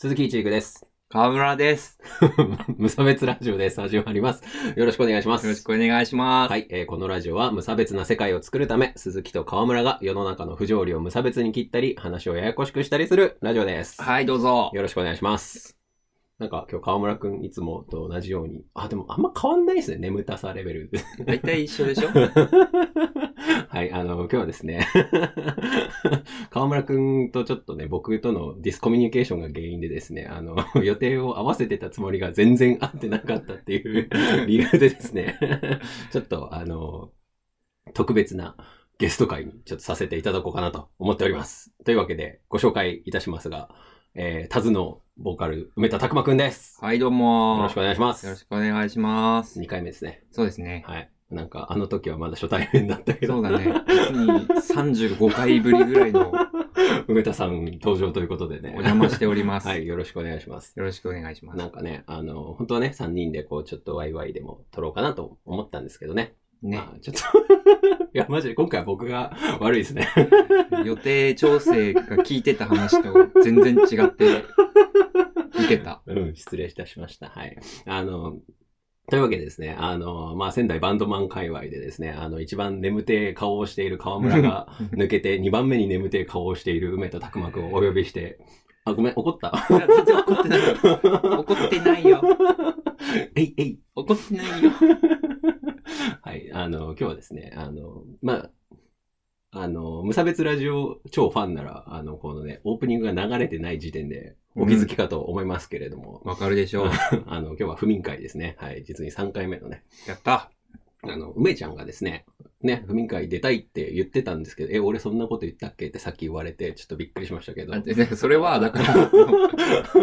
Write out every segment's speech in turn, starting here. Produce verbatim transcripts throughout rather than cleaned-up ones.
鈴木一育です。 川村です。 無差別ラジオです。始まります。よろしくお願いします。 よろしくお願いします。 はい、えー、このラジオは無差別な世界を作るため、鈴木と川村が世の中の不条理を無差別に切ったり、話をややこしくしたりするラジオです。 はい、どうぞ。 よろしくお願いします。なんか今日川村くんいつもと同じように、あ、でもあんま変わんないですね。眠たさレベル。 大体一緒でしょはい、あの、今日はですね、川村くんとちょっとね、僕とのディスコミュニケーションが原因でですね、あの、予定を合わせてたつもりが全然合ってなかったっていう理由でですね、ちょっとあの、特別なゲスト会にちょっとさせていただこうかなと思っております。というわけで、ご紹介いたしますが、えー、タズのボーカル、梅田拓馬くんです。 はい、どうも。 よろしくお願いします。 よろしくお願いします。 にかいめですね。 そうですね。 はい。なんか、あの時はまだ初対面だったけど。 そうだね。実にさんじゅうごかいぶりぐらいの梅田さん登場ということでね。 お邪魔しております。 はい、よろしくお願いします。 よろしくお願いします。 なんかね、あの、本当はね、さんにんでこう、ちょっとワイワイでも撮ろうかなと思ったんですけどね。 ね。 まあ、ちょっといや、マジで今回は僕が悪いですね。 予定調整が聞いてた話と全然違っていけた。 うん、失礼いたしました。はい。あの、というわけでですね、あの、まあ、仙台バンドマン界隈でですね、あの、一番眠て顔をしている川村が抜けて、にばんめに眠て顔をしている梅田拓馬くんをお呼びして、あ、ごめん、怒ったいや、全然怒ってないよ。怒ってないよ。 えい、えい。 怒ってないよ。 はい、あの、今日はですね、あの、まあ、あの、無差別ラジオ超ファンなら、あの、このね、オープニングが流れてない時点でお気づきかと思いますけれども。 わ、うん、かるでしょう。 あの、今日は不眠会ですね。はい、実にさんかいめのね。 やった。 あの、梅ちゃんがですね、ね、不眠会出たいって言ってたんですけど、え、俺そんなこと言ったっけってさっき言われて、ちょっとびっくりしましたけど。 それは、だから、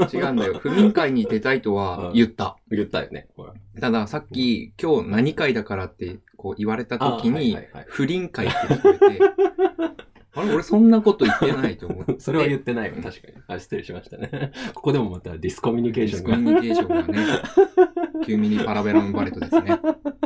違うんだよ。不眠会に出たいとは言った。 言ったよね。ほら。 ただ、さっき、今日何会だからって、こう言われた時に、不倫会って聞こえて、あれ俺そんなこと言ってないと思って。 それは言ってないよ、確かに。あ、失礼しましたね。ここでもまたディスコミュニケーションが。ディスコミュニケーションがね、きゅうミリパラベランバレットですね。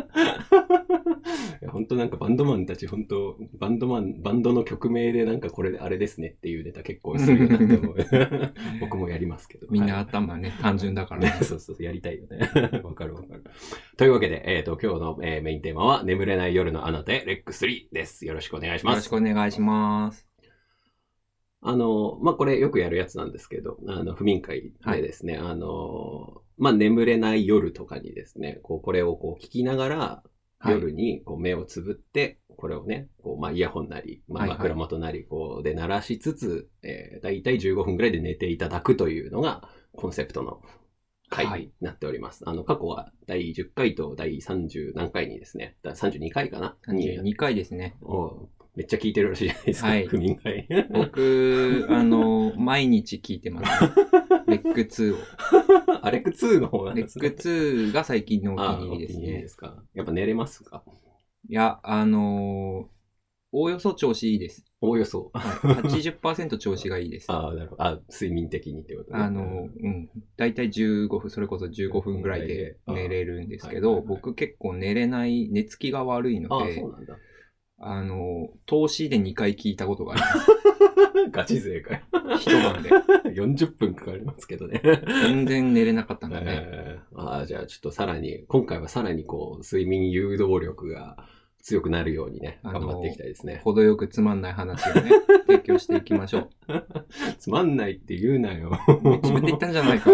本当なんかバンドマンたち本当バンドマン、バンドの曲名でなんかこれあれですねっていうネタ結構するよなって思う。僕もやりますけど。 みんな頭ね、はい、単純だからね。 そうそう、やりたいよね。わかるわかる。というわけで、えっと、今日の、えー、メインテーマは眠れない夜のあなたへレックスリーです。よろしくお願いします。 よろしくお願いします。 あの、まあ、これよくやるやつなんですけど、あの、不眠会でですね、はい、あの、まあ、眠れない夜とかにですね、こう、これをこう聞きながら、夜にこう目をつぶって、これをね、こうまあイヤホンなり、まあ枕元なり、こうで鳴らしつつ、えー、だいたいじゅうごふんくらいで寝ていただくというのがコンセプトの回になっております。はい、あの、過去はだいじゅっかいとだいさんじゅう何回にですね、さんじゅうにかいかな ?さんじゅうに回ですね。 おめっちゃ聞いてるらしいじゃないですか、 はい、 不眠会。 僕、あの、毎日聞いてます、ね。レックツーを。 あ、レックツーの方なんですね。 レックツーが最近のお気に入りですね。 いいですか。やっぱ寝れますか？ いや、あのー、おおよそ調子いいです。 おおよそ。 はい。はちじゅっパーセント 調子がいいです。 ああ、なるほど。あ、睡眠的にってことね。 あのー、うん。だいたいじゅうごふん、それこそじゅうごふんぐらいで寝れるんですけど、はいはいはい、僕結構寝れない、寝つきが悪いので、 ああ、そうなんだ。 あの、投資でにかい聞いたことがあります。 ガチ勢かよ。 一晩で。 よんじゅっぷんかかりますけどね。 全然寝れなかったんだね。 えー、ああ、じゃあちょっとさらに、今回はさらにこう、睡眠誘導力が強くなるようにね、頑張っていきたいですね。 程よくつまんない話をね、提供していきましょう。 つまんないって言うなよ。 自分で言ったんじゃないか。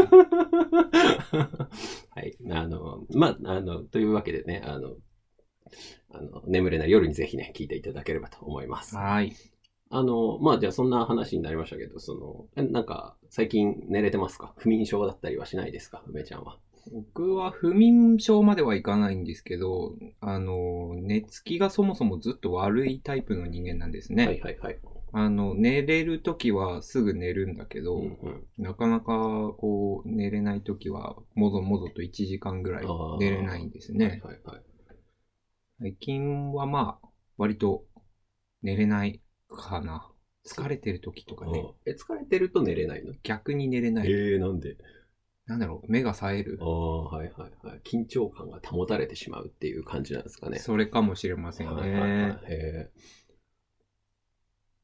はい。あの、まあ、あの、というわけでね、あの、あの、眠れない夜にぜひね、聞いていただければと思います。 はい。 あの、まあ、じゃあそんな話になりましたけど、その、なんか、最近寝れてますか？不眠症だったりはしないですか？梅ちゃんは。 僕は不眠症まではいかないんですけど、あの、寝つきがそもそもずっと悪いタイプの人間なんですね。 はいはいはい。 あの、寝れるときはすぐ寝るんだけど、うんうん、なかなかこう、寝れないときは、もぞもぞといちじかんぐらい寝れないんですね。はいはいはい。最近はまあ、割と寝れないかな。疲れてるときとかね。 え、疲れてると寝れないの？ 逆に寝れない。 えー、なんで？ なんだろう、目が冴える。 ああ、はいはいはい。緊張感が保たれてしまうっていう感じなんですかね。 それかもしれませんね。はいはいはい、へ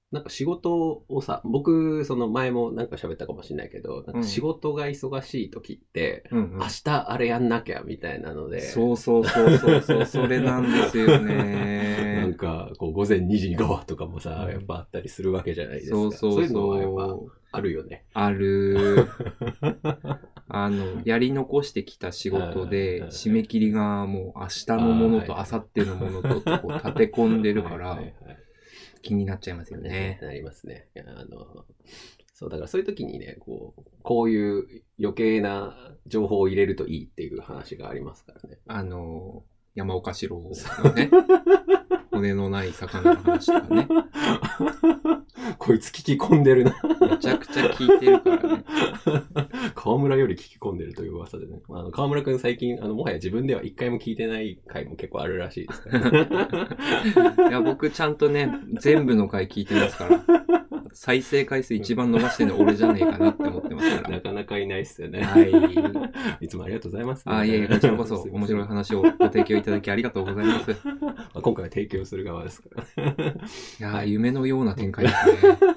なんか仕事をさ、僕、その前もなんか喋ったかもしれないけど、なんか仕事が忙しい時って、うんうん、明日あれやんなきゃみたいなので。 そうそうそうそうそう、それなんですよね。 なんか、こう、午前にじにゴーとかもさ、やっぱあったりするわけじゃないですか。そうそうそう。そういうのはやっぱあるよね。 ある。あの、やり残してきた仕事で、締め切りがもう明日のものと明後日のものとってこう立て込んでるから、気になっちゃいますよね。 なりますね。いやあのそう、だからそういう時にね、こう、こういう余計な情報を入れるといいっていう話がありますからね。 あの、山岡四郎のね、骨のない魚の話とかね。 こいつ聞き込んでるな。 めちゃくちゃ聞いてるからね。 河村より聞き込んでるという噂でね。あの河村くん最近、あの、もはや自分では一回も聞いてない回も結構あるらしいですから、 ね。いや、僕ちゃんとね、全部の回聞いてますから。再生回数一番伸ばしてるの俺じゃねえかなって思ってますから。 なかなかいないっすよね。 はい。 いつもありがとうございます、 ね。あ、いえいえ、こちらこそ面白い話をご提供いただきありがとうございます。 今回は提供する側ですから。 いやー、夢のような展開ですね。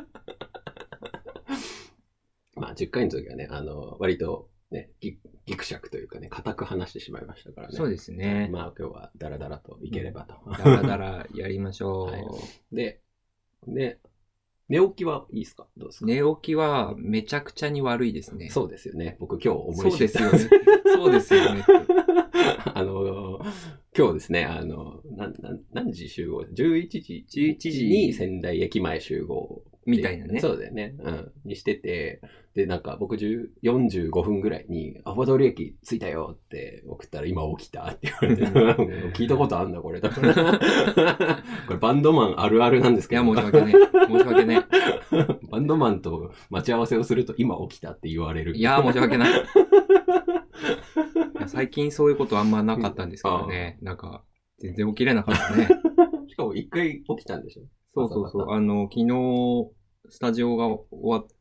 まあ、じゅっかいの時はね、あの、割とね、ぎぎくしゃくというかね、固く話してしまいましたからね。 そうですね。 まあ、今日はダラダラといければと。 ダラダラやりましょう。はい、 で、で、寝起きはいいですか？どうですか？ 寝起きはめちゃくちゃに悪いですね。 そうですよね。僕今日思い知った。 そうですよね。そうですよね。 あの、今日ですね、あの、な、な、何時集合 ?じゅういちじ。 じゅういちじに仙台駅前集合。 みたいなね。 そうだよね。うん。にしてて、で、なんか僕よんじゅうごふんぐらいに、アボ通り駅着いたよって送ったら、今起きたって言われて、聞いたことあんだ、これ。だからこれバンドマンあるあるなんですけど。 いや、申し訳ねえ。申し訳ねえ。バンドマンと待ち合わせをすると、今起きたって言われる。 いや、申し訳ない。いや最近そういうことあんまなかったんですけどね。なんか、全然起きれなかったね。 しかも一回起きたんでしょ？ そうそうそう。あの、昨日、スタジオが終わって、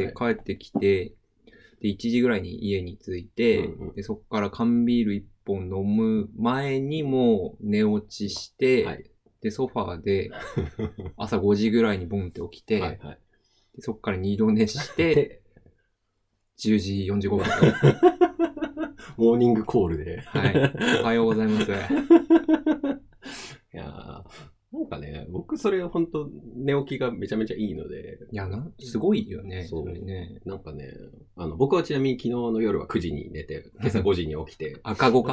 帰ってきて、はいはい、で、いちじぐらいに家に着いて、うんうん、でそこから缶ビールいっぽん飲む前にも寝落ちして、はい、で、ソファーで、朝ごじぐらいにボンって起きて、はいはい、でそこから二度寝して、じゅうじよんじゅうごふん。 モーニングコールで。 はい。おはようございます。いやー、なんかね、僕それ本当寝起きがめちゃめちゃいいので。 いや、な、すごいよね。 そう。ね、なんかね、あの、僕はちなみに昨日の夜はくじに寝て、今朝ごじに起きて。 赤子か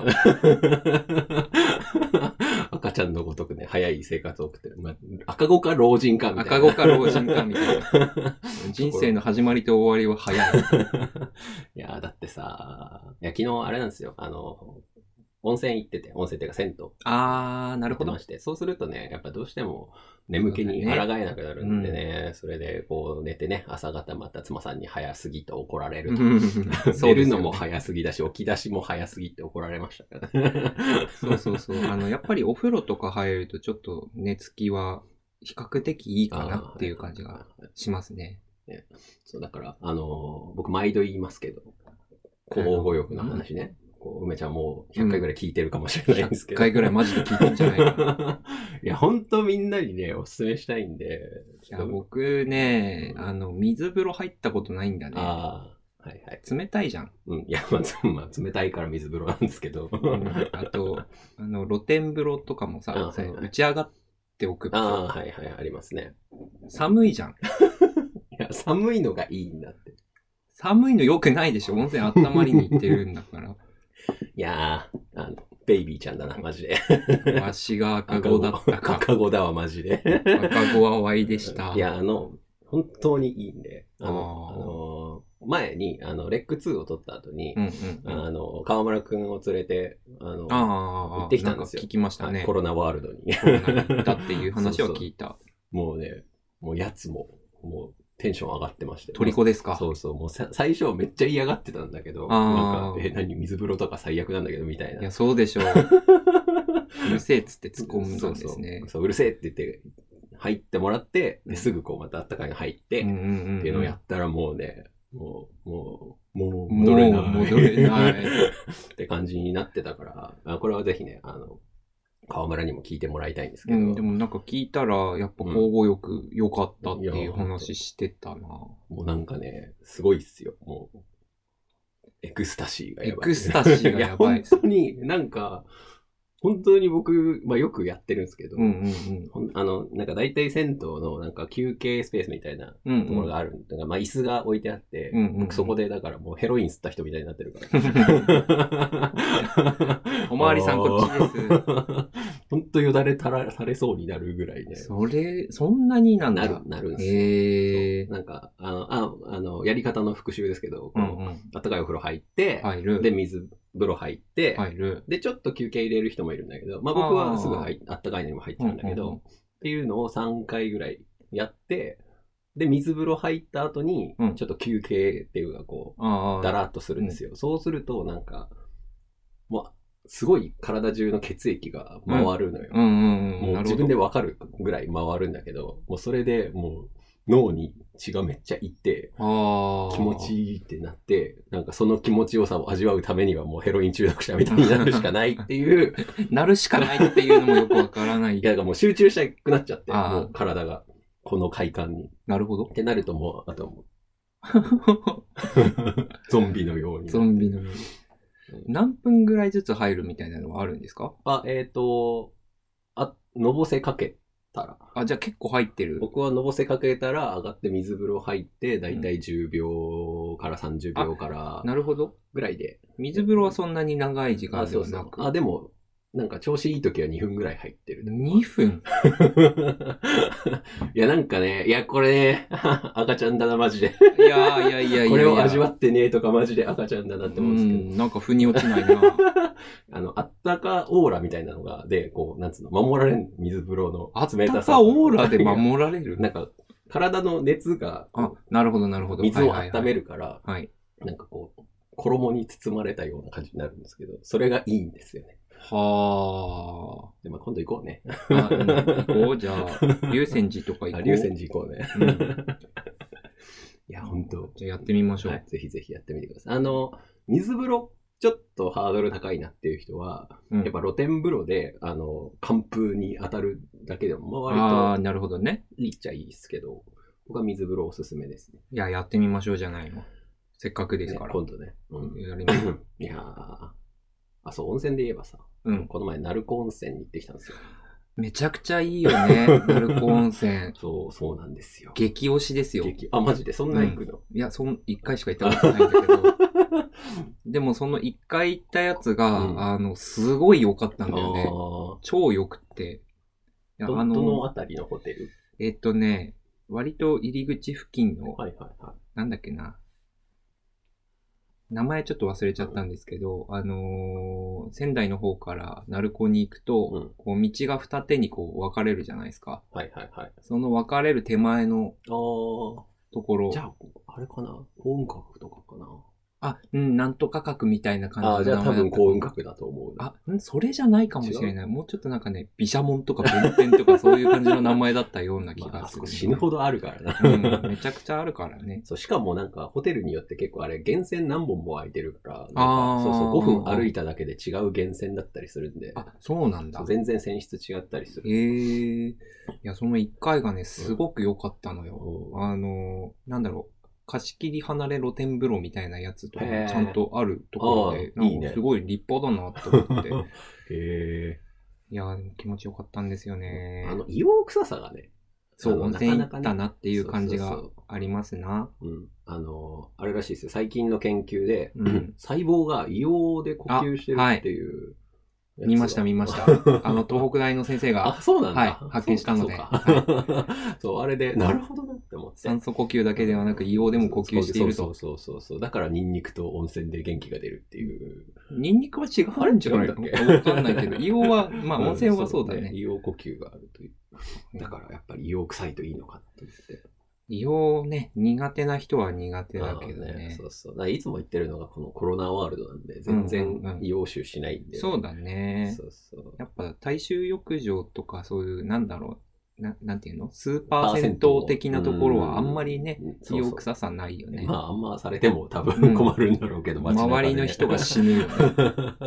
赤ちゃんのごとくね、早い生活を送ってる。まあ、赤子か老人かみたいな。 赤子か老人かみたいな。人生の始まりと終わりは早い。 いや、だってさ、いや、昨日あれなんですよ。あの、温泉行ってて、温泉っていうか銭湯。 あー、なるほど。 まして、そうするとね、やっぱどうしても眠気に抗えなくなるんでね、そ, ね、うん、それでこう寝てね、朝方また妻さんに早すぎと怒られると。寝るのも早すぎだし、起き出しも早すぎって怒られましたからね。 そうそうそう。あの、やっぱりお風呂とか入るとちょっと寝つきは比較的いいかなっていう感じがしますね。 ねそう、だから、あのー、僕毎度言いますけど、交互浴の話ね。梅ちゃんもうひゃっかいぐらい聞いてるかもしれないんですけど。 ひゃっかいぐらいマジで聞いてんじゃないかな。 いや、ほんとみんなにね、おすすめしたいんで。 いや、僕ね、あの、水風呂入ったことないんだね。 ああ、はいはい。 冷たいじゃん。 うん。いや、まあ、まあ、冷たいから水風呂なんですけど。 うん、あと、あの、露天風呂とかもさ、その打ち上がっておくああ、はいはい、ありますね。 寒いじゃん。いや、寒いのがいいんだって。 寒いの良くないでしょ。温泉温まりに行ってるんだから。 いやー、あの、ベイビーちゃんだな、マジで。 わしが赤子だったか。 赤子だわ、マジで。 赤子はワイでした。 いや、あの、本当にいいんで、あの、あの前に、あの、レックツーを撮った後に、うんうんうん、あの、河村くんを連れて、あの、あ行ってきたんですよ。 聞きましたね。 コロナワールドに。 コロナに行ったっていう話を聞いた。 そうそうもうね、もうやつも、もう、テンション上がってまして。 虜ですか？ そうそう。もう最初めっちゃ嫌がってたんだけど、なんか、え、何水風呂とか最悪なんだけどみたいな。 いや、そうでしょう。うるせえっつって突っ込むんですね。そうそうそう、うるせえって言って、入ってもらって、ですぐこうまた暖かいの入って、うんうんうんうん、っていうのをやったらもうね、もう、もう、もう戻れない。 もう戻れない。 って感じになってたから、あこれはぜひね、あの、 川村にも聞いてもらいたいんですけど。 うん、でもなんか聞いたら、やっぱ交互浴良かったっていう話してたな、うん。 もうなんかね、すごいっすよ。もう、エクスタシーがやばい。 エクスタシーがやばい。 いや、本当になんか、本当に僕、まあよくやってるんですけど、 うんうんうん、 あの、なんか大体銭湯のなんか休憩スペースみたいなところがある。うんうん、まあ椅子が置いてあって、うんうんうん、僕そこでだからもうヘロイン吸った人みたいになってるから。 おまわりさんこっちです。 本当よだれ垂らされそうになるぐらいね。 それ、そんなになんだ。 なる、なるんですよ。へー。なんか、あの、あ、あの、やり方の復習ですけど、こう、うんうん、温かいお風呂入って、入る。で、水風呂入って、入る。で、ちょっと休憩入れる人もいるんだけど、まあ僕はすぐ入あったかいのにも入っちゃうんだけど、うんうんうん、っていうのをさんかいぐらいやって、で、水風呂入った後に、ちょっと休憩っていうかこう、うん、だらっとするんですよ。うん、そうすると、なんか、もう、すごい体中の血液が回るのよ。うんうんうん、もう自分でわかるぐらい回るんだけど、もうそれでもう脳に血がめっちゃいって、気持ちいいってなって、なんかその気持ちよさを味わうためにはもうヘロイン中毒者みたいになるしかないっていう。 なるしかないっていうのもよくわからない。 いや、だからもう集中したくなっちゃって、もう体が、この快感に。 なるほど。 ってなるともう、あとはもう、ゾンビのように。 ゾンビのように。何分ぐらいずつ入るみたいなのはあるんですか？ あ、えっと、あ、のぼせかけたら。 あ、じゃあ結構入ってる。 僕はのぼせかけたら上がって水風呂入って、だいたいじゅうびょうからさんじゅうびょうから。 なるほど。 ぐらいで。 水風呂はそんなに長い時間ではなく。あ、そうそう。 あ、でも、なんか調子いい時はにふんぐらい入ってる。 にふんいや、なんかね、いや、これね、赤ちゃんだな、マジで。 いやいやいやいやいや。 これを味わってねえとかマジで赤ちゃんだなって思うんですけど。 うん、なんか腑に落ちないな。 あの、あったかオーラみたいなのが、で、こう、なんつうの、守られる水風呂の冷たさ。 あったかオーラで守られるなんか、体の熱が、 あ、なるほどなるほど。 水を温めるから、 はいはいはい、 なんかこう、衣に包まれたような感じになるんですけど、それがいいんですよね。 はあ。 で、まあ、今度行こうね。 あ、うん、行こう。じゃあ、龍泉寺とか行こう。 龍泉寺行こうね。うん、いや、ほんと。 じゃあやってみましょう、 はい。ぜひぜひやってみてください。あの、水風呂、ちょっとハードル高いなっていう人は、うん、やっぱ露天風呂で、あの、寒風に当たるだけでも、まあ、割と。 ああ、なるほどね。 いいっちゃいいですけど、僕は水風呂おすすめですね。 いや、やってみましょうじゃないの。せっかくですから。 ね、今度ね。 うん。やりましょう。 いやー。あ、そう、温泉で言えばさ。うん。この前、鳴子温泉に行ってきたんですよ。 めちゃくちゃいいよね。鳴子温泉。 そう、そうなんですよ。 激推しですよ。 激、あ、マジでそんな行くの、 うん、いや、そん、一回しか行ったことないんだけど。でもその一回行ったやつが、うん、あの、すごい良かったんだよね。超良くって。 ど、あの、どのあたりのホテル？ えっとね、割と入り口付近の、 はいはいはい。 なんだっけな。名前ちょっと忘れちゃったんですけど、うん、あのー、仙台の方から鳴子に行くと、うん、こう道が二手にこう分かれるじゃないですか。 はいはいはい。 その分かれる手前のところ。 じゃあ、あれかな？幸運閣とかかな？ あ、うん、なんとか閣みたいな感じの名前だった。あ、じゃあ多分幸運閣だと思う。 あ、ん、それじゃないかもしれない。もうちょっとなんかね、毘沙門とか弁天とかそういう感じの名前だったような気がする、ね。まあ、あそこ死ぬほどあるからな、 うん。めちゃくちゃあるからね。 そう、しかもなんかホテルによって結構あれ、源泉何本も空いてるから、なんかそうそう、ごふん歩いただけで違う源泉だったりするんで。 あ、そうなんだ。 全然泉質違ったりする。 へえー。いや、その一回がね、すごく良かったのよ。うん、あの、なんだろう。貸し切り離れ露天風呂みたいなやつとかちゃんとあるところで、なんかすごい立派だなと思って。 へいやー、でも気持ちよかったんですよね。 あの、硫黄臭さがね。 そう、温泉行ったなっていう感じがありますな。 うん。あの、あれらしいですよ。最近の研究で、うん、細胞が硫黄で呼吸してるっていう。 見ました見ました。あの、東北大の先生が。 あ、そうなんだ。 はい、発見したので。 そうかそうか、はい、そう、あれで、なるほどなって思って。 酸素呼吸だけではなく、硫黄でも呼吸していると。 そうそうそうそう。だから、ニンニクと温泉で元気が出るっていう。 ニンニクは違うんじゃないの？わかんないけど、硫黄は、まあ、温泉はそうだね。うん、 硫黄呼吸があるという。だから、やっぱり硫黄臭いといいのかと思って。 硫黄ね、苦手な人は苦手だけどね。 ねそうそう。だからいつも言ってるのがこのコロナワールドなんで、全然硫黄臭しないんで、 ねうんうんうん。そうだね。 そうそう。 やっぱ大衆浴場とかそういう、なんだろう、ななんていうのスーパー銭湯的なところはあんまりね、硫黄臭さないよね。 そうそうまああんまされても多分困るんだろうけど、 うん、周りの人が死ぬよね。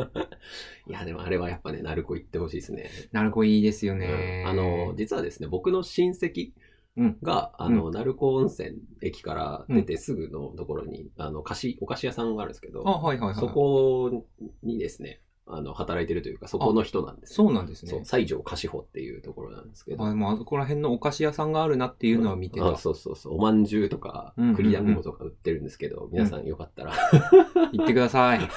いや、でもあれはやっぱね、鳴子行ってほしいですね。 鳴子いいですよね、 うん。あの、実はですね、僕の親戚が、うん、あの、鳴子温泉駅から出てすぐのところに、うん、あの、菓子、お菓子屋さんがあるんですけど、 あ、はいはいはい、 そこにですね、あの、働いてるというか、そこの人なんです。 そうなんですね。 そう、西条菓子舗っていうところなんですけど。 あ、もうあそこら辺のお菓子屋さんがあるなっていうのは見てた。 うん、あ、そうそうそう。おまんじゅうとか、栗団子とか売ってるんですけど、うんうんうん、皆さんよかったら、 うん、行ってください。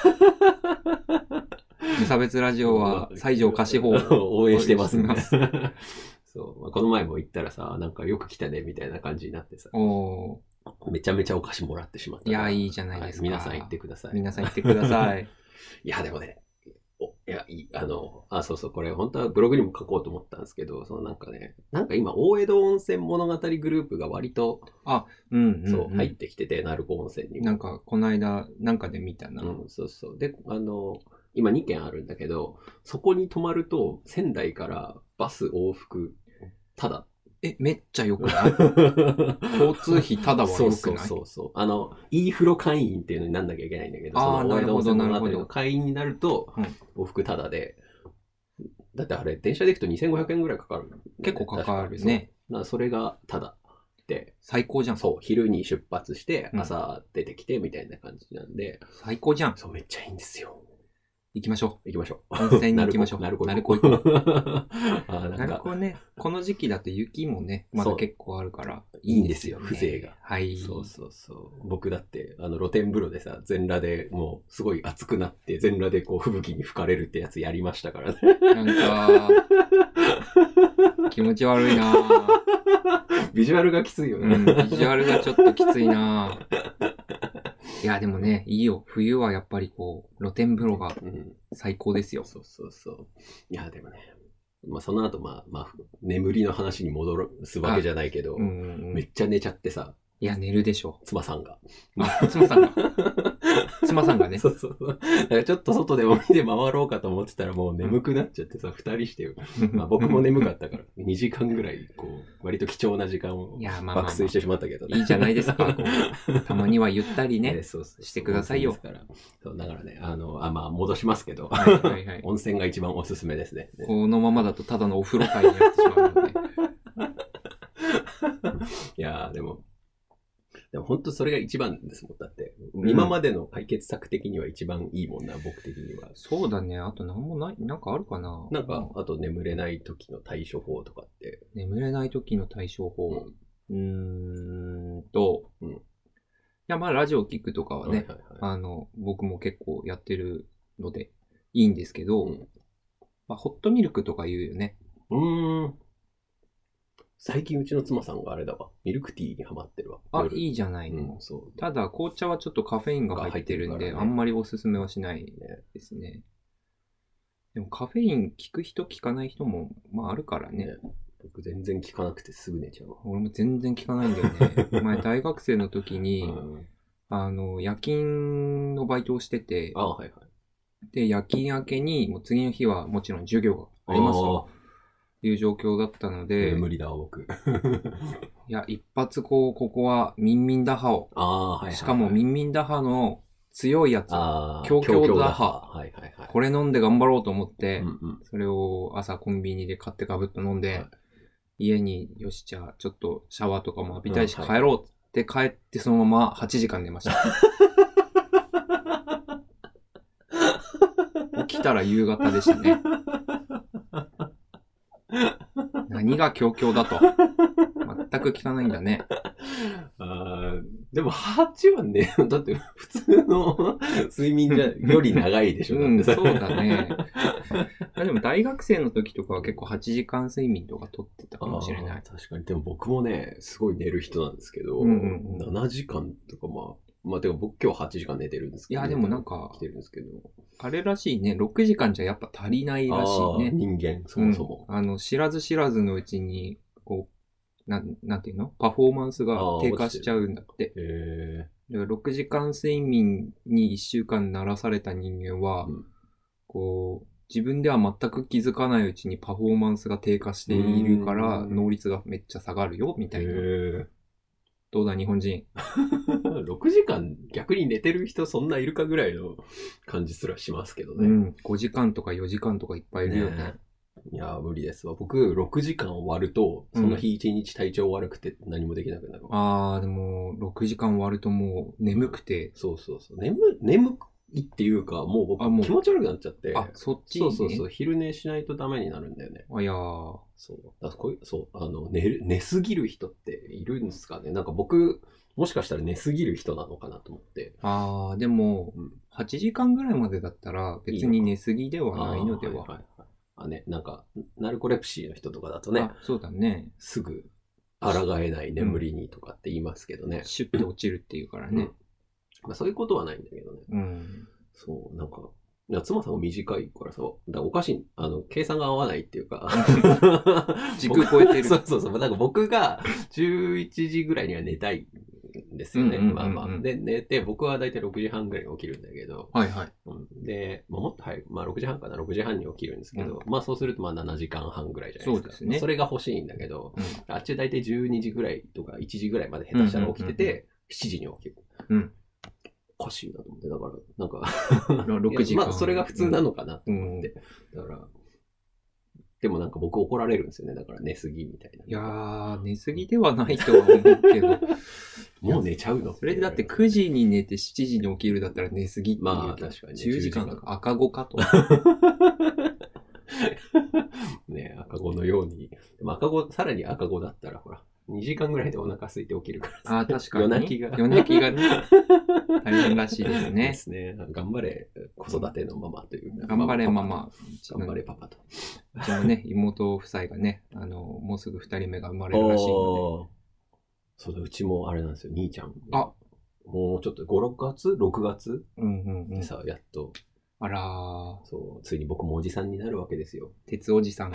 無差別ラジオは西条菓子舗を応援してますんで。そう、まあ、この前も行ったらさ、なんかよく来たねみたいな感じになってさ、おめちゃめちゃお菓子もらってしまった。 いや、いいじゃないですか。 はい、皆さん行ってください。 皆さん行ってください。 いや、でもね、おいや、いい、あの、あ、そうそう、これ本当はブログにも書こうと思ったんですけど、そのなんかね、なんか今、大江戸温泉物語グループが割と、 あ、うん、うん、 そう、入ってきてて、鳴子温泉にも。 なんか、この間、なんかで見たな。 うん、そうそう。で、あの、今にけんあるんだけど、そこに泊まると、仙台からバス往復、ただ。 え、めっちゃ良くない交通費ただは良くない？そうそうそうそう。あの、いい風呂会員っていうのになんなきゃいけないんだけど、 ああ、なるほど、なるほど。 会員になると、往復ただで、うん、だってあれ、電車で行くとにせんごひゃくえんぐらいかかる、ね。 結構かかるね。 そ, それがただで。 最高じゃん。 そう、昼に出発して、朝出てきてみたいな感じなんで。 うん、最高じゃん。 そう、めっちゃいいんですよ。 行きましょう。行きましょう。温泉に行きましょう。 鳴子行こう。鳴子ね、この時期だと雪もね、まだ結構あるから。 いいんですよ、風情が。 はい。 そうそうそう。僕だって、あの、露天風呂でさ、全裸でもう、すごい熱くなって、全裸でこう、吹雪に吹かれるってやつやりましたからね。 なんか、気持ち悪いなビジュアルがきついよね。 うん、ビジュアルがちょっときついないや、でもね、いいよ。冬はやっぱりこう、露天風呂が最高ですよ。 うん、そうそうそう。いや、でもね、まあその後、まあ、まあ、眠りの話に戻すわけじゃないけど、うんうんうん、めっちゃ寝ちゃってさ。 いや、寝るでしょ。 妻さんが。 あ、妻さんが。妻さんがね。 そうそうそう。だからちょっと外でも見て回ろうかと思ってたらもう眠くなっちゃってさ、二人してよ。まあ僕も眠かったから、にじかんぐらい、こう、割と貴重な時間を爆睡してしまったけど、ね、 いや、まあまあまあ、いいじゃないですか。こうたまにはゆったりね、そうそうしてくださいよ。 からそうだからね、あの、あ、まあ戻しますけど、はいはいはい、温泉が一番おすすめですね。 このままだとただのお風呂会になってしまうので。 いやー、でも、でも本当それが一番ですもん。だって、うん、今までの解決策的には一番いいもんな、僕的には。 そうだね。あと何もない、なんかあるかな。 なんか、あと眠れない時の対処法とかって。 眠れない時の対処法。うん、うーんと、うん、いや、まあラジオ聞くとかはね、はいはいはい、あの、僕も結構やってるのでいいんですけど、うん、まあ、ホットミルクとか言うよね。 うーん。最近うちの妻さんがあれだわ。ミルクティーにハマってるわ。 あ、いいじゃないの、うん、そう。ただ紅茶はちょっとカフェインが入ってるんで、ね、あんまりおすすめはしないですね。ね、でもカフェイン効く人効かない人も、まああるからね。ね、 僕全然効かなくてすぐ寝ちゃう。 俺も全然効かないんだよね。前大学生の時に、うん、あの、夜勤のバイトをしてて、 あ、はいはい。 で、夜勤明けに、もう次の日はもちろん授業がありますという状況だったので、 無理だわ、僕。 いや、一発こう、ここはミンミン打破を。 あ、はいはいはい、 しかもミンミン打破の強いやつ。強強打破。はいはいはい。これ飲んで頑張ろうと思って、うんうん、それを朝コンビニで買ってガブッと飲んで、はい、家によし、じゃあちょっとシャワーとかも浴びたいし帰ろうって帰ってそのままはちじかん寝ました。起きたら夕方でしたね。何が強強だと。全く効かないんだね。 あでもはちはね、だって普通の睡眠じゃより長いでしょ。 うん、そうだね。でも大学生の時とかは結構はちじかん睡眠とか取ってたかもしれない。 確かに。でも僕もね、すごい寝る人なんですけど、うんうんうん、ななじかんとかまあ、まあでも僕今日はちじかん寝てるんですけど、 いやでもなんか、 来てるんですけど、 あれらしいね、ろくじかんじゃやっぱ足りないらしいね。 人間、そもそも、 うん。あの、知らず知らずのうちに、こう、なん、なんていうの？パフォーマンスが低下しちゃうんだって。へー。だからろくじかん睡眠にいっしゅうかん慣らされた人間は、うん、こう、自分では全く気づかないうちにパフォーマンスが低下しているから、能率がめっちゃ下がるよ、みたいな。へー。どうだ、日本人。 ろくじかん逆に寝てる人そんないるかぐらいの感じすらしますけどね。うん。 ごじかんとかよじかんとかいっぱいいるよね。ねいや、無理ですわ。僕、ろくじかん終わると、その日一日体調悪くて何もできなくなる。 うん、ああ、でも、ろくじかん終わるともう眠くて。 そうそうそう。眠、眠いっていうか、もう僕もう気持ち悪くなっちゃって。 あ、そっち、 ね、そうそうそう。昼寝しないとダメになるんだよね。 あ、いやー。 そう。だこういう、そう。あの、寝る、寝すぎる人っているんですかね。なんか僕、もしかしたら寝すぎる人なのかなと思って。 ああ、でも、うん、はちじかんぐらいまでだったら別に寝すぎではないのでは。いいはいはいはい。 あね、なんか、ナルコレプシーの人とかだとね。あ、 そうだね。 すぐ、抗えない眠りにとかって言いますけどね。うん、 シュッと落ちるっていうからね。うん、 まあそういうことはないんだけどね。 うん。 そう、なんか、いや妻さんも短いからさ、だからおかしい、あの、計算が合わないっていうか。 時空超えてる。 そうそうそう。なんか僕がじゅういちじぐらいには寝たいんですよね。まあまあ。で、寝て、僕はだいたいろくじはんぐらいに起きるんだけど。 はいはい。 で、まあ、もっと早く、まあろくじはんかな、ろくじはんに起きるんですけど、うん、まあそうするとまあななじかんはんぐらいじゃないですか。そうですね。それが欲しいんだけど、うん、あっちだいたいじゅうにじぐらいとかいちじぐらいまで下手したら起きてて、しちじに起きる。うん。おかしいなと思って、だから、なんかろくじかん。まあ、それが普通なのかなと思って。うん、だから、でもなんか僕怒られるんですよね。だから寝すぎみたいな。 いやー、寝すぎではないとは思うけど。 もう寝ちゃうのそれでだってくじに寝てしちじに起きるだったら寝すぎっていうと。 まあ確かに、ね。 じゅうじかんとか赤子かと。 ね赤子のように。でも赤子、さらに赤子だったらほら。にじかんぐらいでお腹空いて起きるからさ。ああ、確かに。 夜泣きが。 夜泣きがね。大変らしいですね。 ですね。頑張れ、子育てのママという。 頑張れママ。 頑張れパパと。 うちのね、妹夫妻がね、あの、もうすぐ二人目が生まれるらしいので。 そうだ、うちもあれなんですよ、兄ちゃん。あもうちょっとご、ろくがつ ?ろく 月うんうんうん。 でさ、やっと。 あらー。 そう、ついに僕もおじさんになるわけですよ。 鉄おじさん。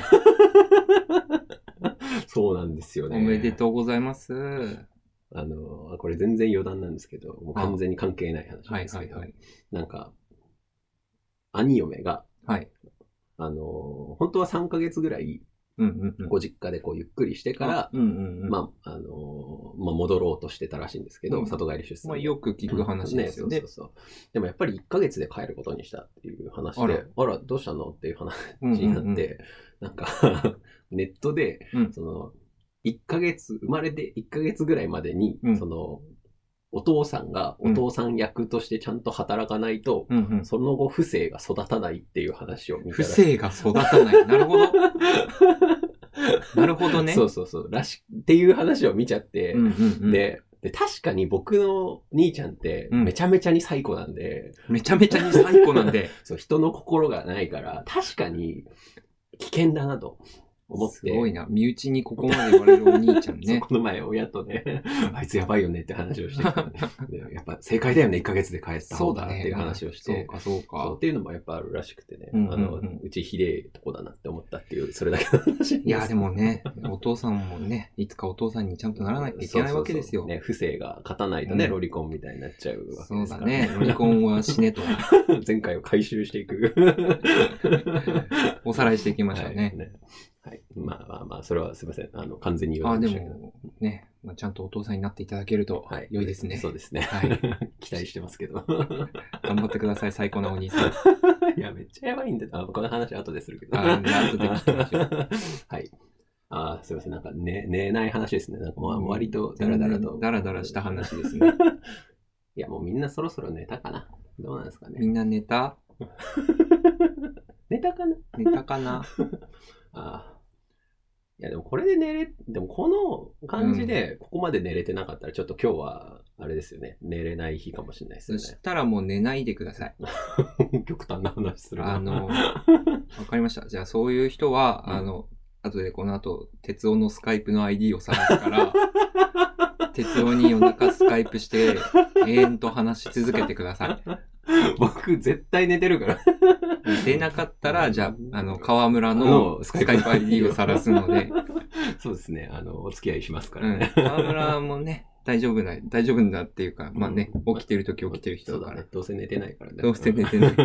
そうなんですよね。 おめでとうございます。 あの、これ全然余談なんですけど、もう完全に関係ない話なんですけど、はいはいはい、なんか、兄嫁が、 はい、 あの、本当はさんかげつぐらい、 うんうんうん、 ご実家でこうゆっくりしてから、 うんうんうん、 まあ、あの、まあ、戻ろうとしてたらしいんですけど、うん、里帰り出産。 まあ、よく聞く話ですよね。 ねそうそうそう。でもやっぱりいっかげつで帰ることにしたっていう話で、あら、あらどうしたのっていう話になって、うんうんうん、なんか、ネットで、うん、その、いっかげつ、生まれていっかげつぐらいまでに、うん、その、お父さんがお父さん役としてちゃんと働かないと、うんうん、その後、不正が育たないっていう話を見たら。 不正が育たない。なるほど。なるほどね。 そうそうそう。らし、っていう話を見ちゃって、うんうんうん、で、で、確かに僕の兄ちゃんってめちゃめちゃに最古なんで、 うん、めちゃめちゃに最古なんで、 そう、人の心がないから、確かに危険だなと。思って。 すごいな。身内にここまで言われるお兄ちゃんね。 この前親とね、あいつやばいよねって話をしてきた、ね。やっぱ正解だよね、いっかげつで帰った方がっていう話をして。 そうか、そうか。 そうっていうのもやっぱあるらしくてね。うんうんうん、あの、うちひでえとこだなって思ったっていう、それだけの話。 いや、でもね、お父さんもね、いつかお父さんにちゃんとならないといけないわけですよ。 そうそうそうね、不正が勝たないとね、うん、ロリコンみたいになっちゃうわけですから、ね。 そうだね、ロリコンは死ねと。 前回を回収していく。 おさらいしていきましたね。はいねはい。まあまあまあ、それはすいません。あの、完全に言われましたけど。あ、でも、ね、まあ、ちゃんとお父さんになっていただけると、良いですね、はい。 そうですね。はい。期待してますけど。 頑張ってください、最高なお兄さん。 いや、めっちゃやばいんだ。あ、この話後でするけど。 あ、後で聞きましょう。 はい。あ、すいません。なんか、ね、寝ない話ですね。なんか、まあ、割とダラダラと。 ダラダラした話ですね。 いや、もうみんなそろそろ寝たかな。どうなんですかね。 みんな寝た寝たかな寝たかなああ。いやでもこれで寝れ、でもこの感じでここまで寝れてなかったらちょっと今日はあれですよね。寝れない日かもしれないですよね。 そしたらもう寝ないでください。 極端な話するな。 あの、わかりました。じゃあそういう人は、うん、あの、後でこの後、哲夫のスカイプの アイディー を探すから、哲夫に夜中スカイプして永遠と話し続けてください。 僕絶対寝てるから。 寝てなかったら、じゃあ、あの、河村のスカイプ アイディー を晒すので。 そうですね。あの、お付き合いしますからね。 うん、河村もね、大丈夫だ、大丈夫だっていうか、まあね、起きてるとき起きてる人だから。 そうだね。どうせ寝てないからね。 どうせ寝てない。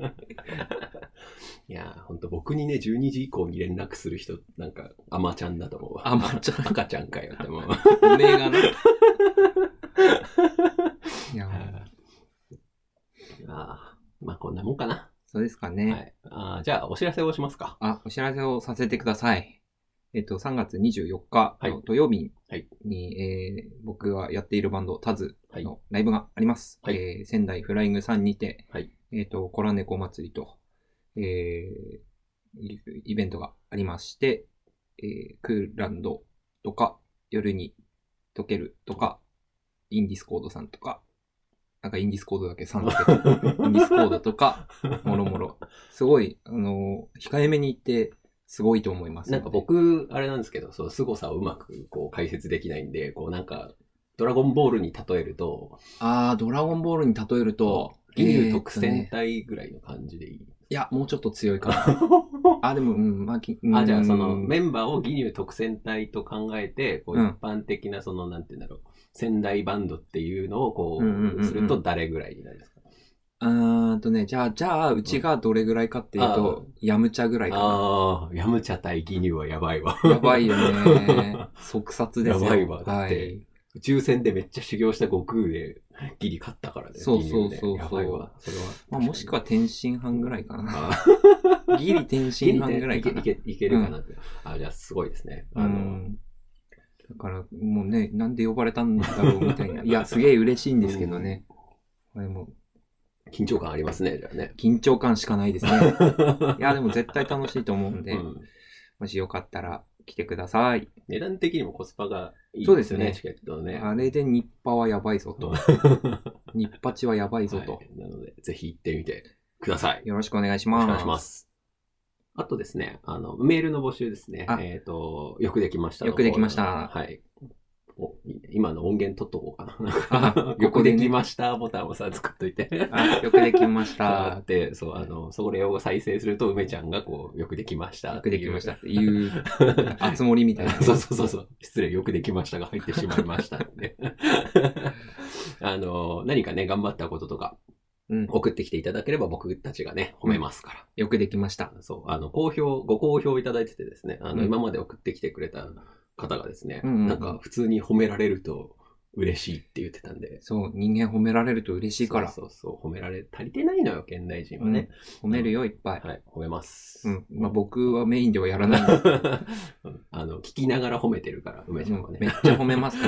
いやー、ほんと僕にね、じゅうにじ以降に連絡する人、なんか、アマちゃんだと思うわ。 アマちゃん赤ちゃんかよって思う。 おめえがな。 あまあこんなもんかな。 そうですかね。 はい。あじゃあお知らせをしますか。 あ、お知らせをさせてください。えっと、さんがつにじゅうよっかの土曜日に、はいにえー、僕がやっているバンド、タズのライブがあります。はいえー、仙台フライングさんにて、はい、えっと、コラネコ祭りと、えー、イベントがありまして、えー、クーランドとか、夜に溶けるとか、インディスコードさんとか、なんかインディスコードだけさんだけ、インディスコードとか、もろもろ。すごい、あのー、控えめに言って、すごいと思います。 なんか僕、あれなんですけど、そう、凄さをうまくこう解説できないんで、こうなんか、ドラゴンボールに例えると、 あー、ドラゴンボールに例えると、 義乳特戦隊ぐらいの感じでいい、 いや、もうちょっと強いかな。あ、でも、うん、まあ、 うん、あ、じゃあそのメンバーを義乳特戦隊と考えて、こう一般的なその、なんていうんだろう、仙台バンドっていうのをこう、すると誰ぐらいになるんですか？ うーんとね、じゃあ、じゃあ、うちがどれぐらいかっていうと、ヤムチャぐらいかな。 ああ、ヤムチャ対義乳はやばいわ。 やばいよね。即殺ですよ。 やばいわ。だって、はい、宇宙船でめっちゃ修行した悟空でギリ勝ったからね。 そうそうそうそう。 やばいわ。それは。 まあ、もしくは天津飯ぐらいかな。ギリ天津飯ぐらいかな。 いけ、いけ、いけるかなって。うん、あ、じゃあすごいですね。あの、うんだから、もうね、なんで呼ばれたんだろうみたいな。いや、すげえ嬉しいんですけどね。これも緊張感ありますね、じゃあね。 緊張感しかないですね。いや、でも絶対楽しいと思うんで、うん、もしよかったら来てください。 値段的にもコスパがいいですね。そうですね。チケットね。 あれで日波はやばいぞと。日波ちはやばいぞと、はい。 なので、ぜひ行ってみてください。 よろしくお願いします。 よろしくお願いします。あとですね、あの、メールの募集ですね。えっと、よくできました。 よくできました。 はい。お今の音源取っとこうかな。よくできましたボタンをさ、作っといて。 あ、よくできました。 って、そう、あの、それを再生すると、梅ちゃんがこう、よくできました。 よくできましたっていう、あつ森みたいな。 そうそうそうそう。失礼、よくできましたが入ってしまいましたって。あの、何かね、頑張ったこととか、うん、送ってきていただければ僕たちがね、褒めますから。 うん、よくできました。 そう、あの、好評、ご好評いただいててですね、あの、うん、今まで送ってきてくれた方がですね、うんうんうん、なんか普通に褒められると嬉しいって言ってたんで。 そう、人間褒められると嬉しいから。 そうそうそう、褒められ、足りてないのよ、現代人はね。 うん、褒めるよ、いっぱい。 はい、褒めます。 うん。まあ僕はメインではやらないんですけど。 あの、聞きながら褒めてるから、梅ちゃんはね、 うん。めっちゃ褒めますから、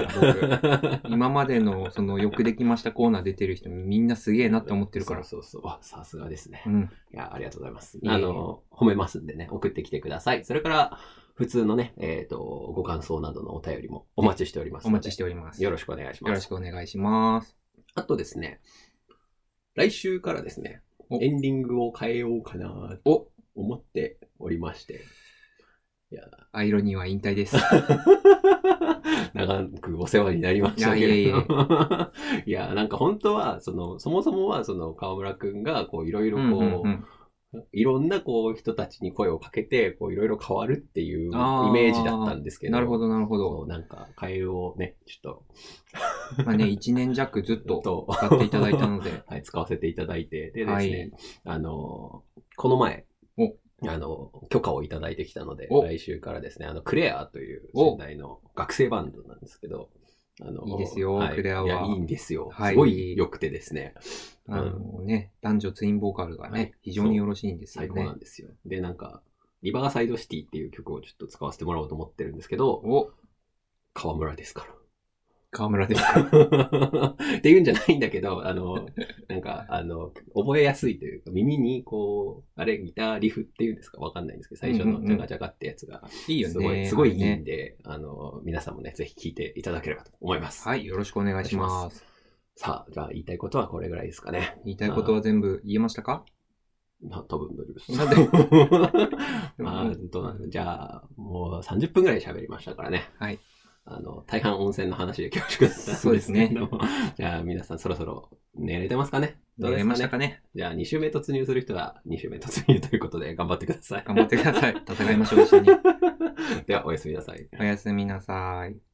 僕。今までの、その、よくできましたコーナー出てる人みんなすげえなって思ってるから。 そうそうそう。さすがですね。 うん。 いや、ありがとうございます。あの、褒めますんでね、送ってきてください。それから、普通のね、えっと、ご感想などのお便りもお待ちしております。 お待ちしております。 よろしくお願いします。 よろしくお願いします。 あとですね、来週からですね、エンディングを変えようかなと思っておりまして。 いや、アイロニーは引退です。 長くお世話になりましたけど。いやいやいや。いや、なんか本当は、その、そもそもは、その、川村くんが、こう、いろいろこう、うんうんうんいろんなこう人たちに声をかけて、こういろいろ変わるっていうイメージだったんですけど。 なるほど、なるほど。 そうなんか、変えをね、ちょっと。まあね、一年弱ずっと使っていただいたので。 はい、使わせていただいて。でですね、はい、あの、この前、あの、許可をいただいてきたので、来週からですね、あの、クレアという仙台の学生バンドなんですけど、 あの、いいですよ、はい、クレアは。 いや、いいんですよ。すごい良くてですね。 あのね、男女ツインボーカルがね、はい、非常によろしいんですよね。 最高なんですよ。で、なんか、リバーサイドシティっていう曲をちょっと使わせてもらおうと思ってるんですけど、 お川村ですから。 川村ですかっていうんじゃないんだけど、あの、なんか、あの、覚えやすいというか、耳にこう、あれ、ギターリフっていうんですかわかんないんですけど、最初のジャガジャガってやつが、 いいよね。 すごい、すごいいいんで、あの、皆さんもね、ぜひ聴いていただければと思います。 はい、よろしくお願いします。 さあ、じゃあ言いたいことはこれぐらいですかね。 言いたいことは全部言えましたか？ まあ、多分大丈夫です。 なんでまあ、どうなんですか。じゃあ、もうさんじゅっぷんぐらい喋りましたからね。 はい。 あの、大半温泉の話で恐縮だったんですけど。そうですね。じゃあ、皆さんそろそろ寝れてますかね？ どうですかね？寝れましたかね？ じゃあ、に週目突入する人はに週目突入ということで頑張ってください。 頑張ってください。戦いましょう、一緒に。 では、おやすみなさい。 おやすみなさい。